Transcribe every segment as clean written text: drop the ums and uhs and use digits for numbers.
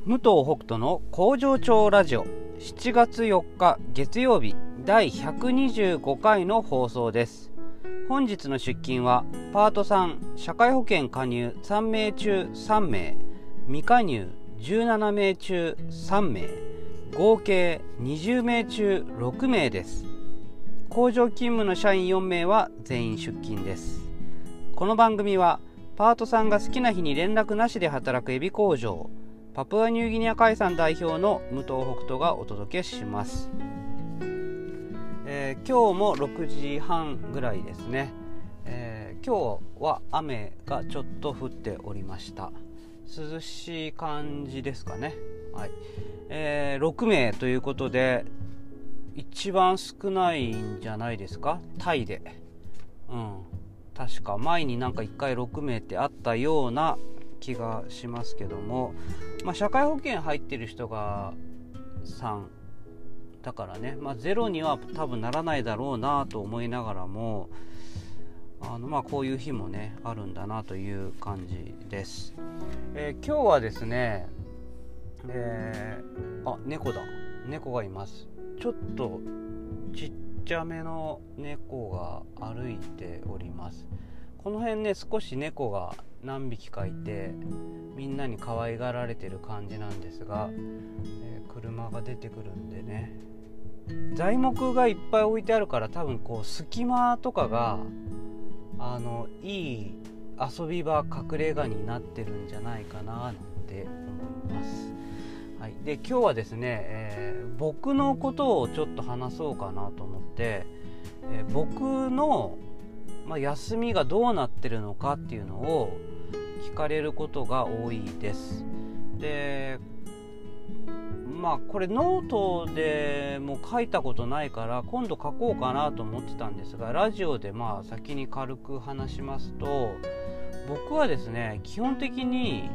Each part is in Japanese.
武藤北斗の工場長ラジオ、7月4日月曜日第125回の放送です。本日の出勤はパート3、社会保険加入3名中3名、未加入17名中3名、合計20名中6名です。工場勤務の社員4名は全員出勤です。この番組はパートさんが好きな日に連絡なしで働くエビ工場、パプアニューギニア海産代表の武藤北斗がお届けします。今日も6時半ぐらいですね。今日は雨がちょっと降っておりました。涼しい感じですかね。はい。6名ということで一番少ないんじゃないですか、タイで。確か前になんか1回6名ってあったような気がしますけども、社会保険入ってる人が3だからね、ゼロには多分ならないだろうなと思いながらも、こういう日もねあるんだなという感じです。今日はですね、猫がいます。ちょっとちっちゃめの猫が歩いております。この辺ね、少し猫が何匹かいてみんなに可愛がられてる感じなんですが、車が出てくるんでね、材木がいっぱい置いてあるから多分こう隙間とかがいい遊び場、隠れ家になってるんじゃないかなって思います。はい、で今日はですね、僕のことをちょっと話そうかなと思って、僕の休みがどうなってるのかっていうのを聞かれることが多いです。でこれノートでも書いたことないから今度書こうかなと思ってたんですが、ラジオで先に軽く話しますと、僕はですね、基本的に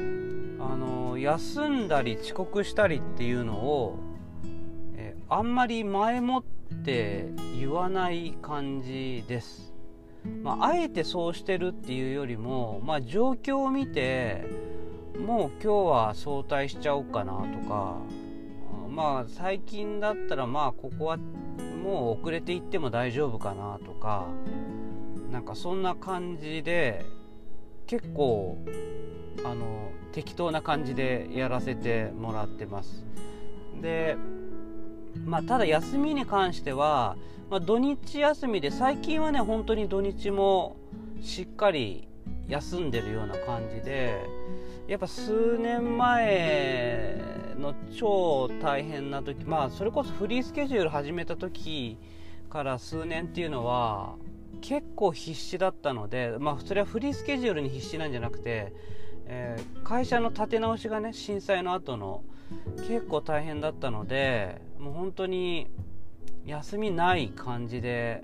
休んだり遅刻したりっていうのを、あんまり前もって言わない感じです。あえてそうしてるっていうよりも、状況を見てもう今日は早退しちゃおうかなとか、最近だったらここはもう遅れて行っても大丈夫かなとか、なんかそんな感じで結構適当な感じでやらせてもらってます。でただ休みに関しては、土日休みで、最近はね本当に土日もしっかり休んでるような感じで、やっぱ数年前の超大変な時、それこそフリースケジュール始めた時から数年っていうのは結構必死だったので、それはフリースケジュールに必死なんじゃなくて、会社の立て直しがね、震災の後の結構大変だったので、もう本当に休みない感じで、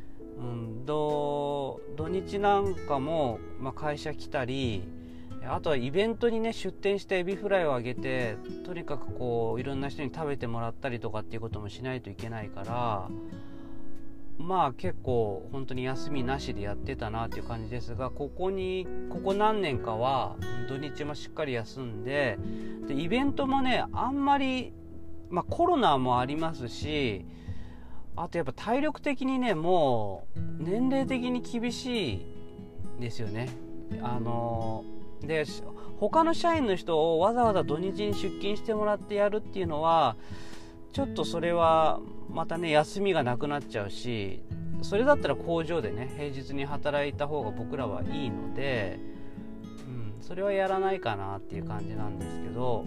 土日なんかも、会社来たり、あとはイベントにね出店してエビフライをあげて、とにかくこういろんな人に食べてもらったりとかっていうこともしないといけないから、結構本当に休みなしでやってたなっていう感じですが、ここ何年かは土日もしっかり休んで、イベントもねあんまり、コロナもありますし、あとやっぱ体力的にねもう年齢的に厳しいですよね。で他の社員の人をわざわざ土日に出勤してもらってやるっていうのはちょっとそれはまたね休みがなくなっちゃうし、それだったら工場でね平日に働いた方が僕らはいいので、それはやらないかなっていう感じなんですけど、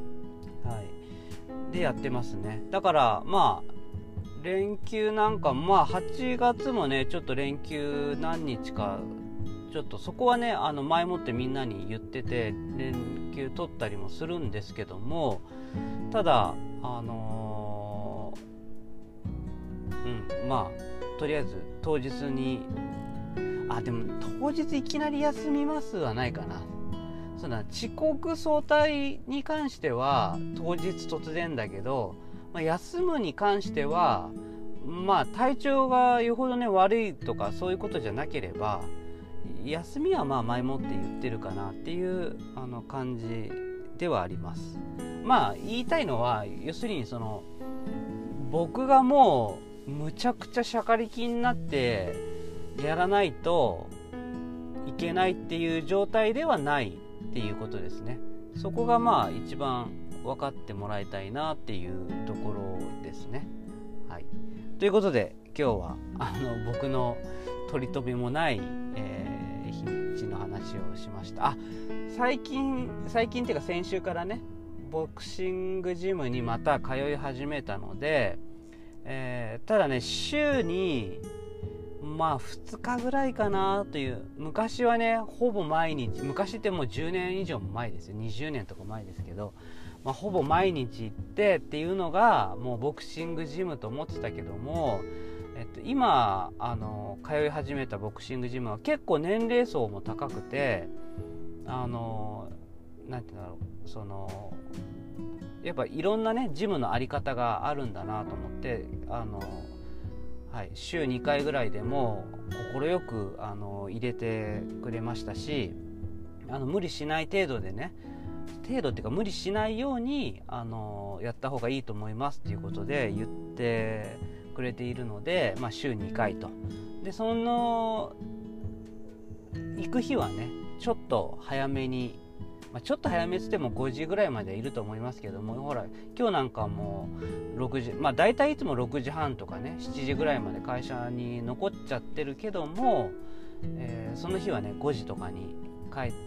でやってますね。だから連休なんか8月もねちょっと連休何日か、ちょっとそこはね前もってみんなに言ってて連休取ったりもするんですけども、ただとりあえず当日にでも当日いきなり休みますはないかな。遅刻早退に関しては当日突然だけど、休むに関しては体調がよほどね悪いとかそういうことじゃなければ休みは前もって言ってるかなっていう感じではあります。まあ言いたいのは、要するに僕がもうむちゃくちゃしゃかりきになってやらないといけないっていう状態ではないっていうことですね。そこがまあ一番分かってもらいたいなっていうところですね。はい、ということで今日は僕の取り留めもない、日にちの話をしました。最近っていうか先週からね、ボクシングジムにまた通い始めたので、ただね、週にまあ2日ぐらいかなという。昔はね、ほぼ毎日、昔ってもう10年以上も前ですよ、20年とか前ですけど、ほぼ毎日行ってっていうのがもうボクシングジムと思ってたけども、今通い始めたボクシングジムは結構年齢層も高くて、なんていうんだろう、やっぱいろんなねジムのあり方があるんだなと思って、週2回ぐらいでも快く入れてくれましたし、無理しない程度でね、程度っていうか無理しないようにやった方がいいと思いますっていうことで言ってくれているので、週2回と。で行く日はねちょっと早めに、ちょっと早めって言っても5時ぐらいまでいると思いますけども、ほら今日なんかもう6時、大体いつも6時半とかね7時ぐらいまで会社に残っちゃってるけども、その日はね5時とかに帰って、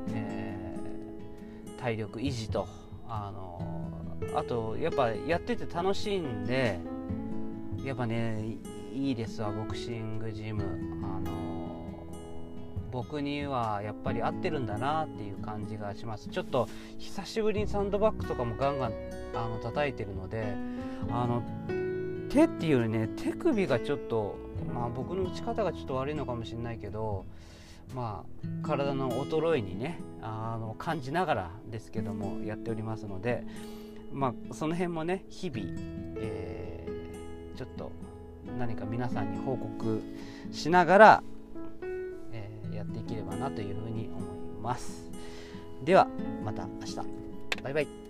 体力維持とあとやっぱやってて楽しいんで、やっぱねいいですわボクシングジム。僕にはやっぱり合ってるんだなっていう感じがします。ちょっと久しぶりにサンドバッグとかもガンガン叩いてるので、手っていうよりね手首がちょっと、僕の打ち方がちょっと悪いのかもしれないけど、体の衰えにね感じながらですけどもやっておりますので、その辺もね日々、ちょっと何か皆さんに報告しながら、やっていければなというふうに思います。ではまた明日、バイバイ。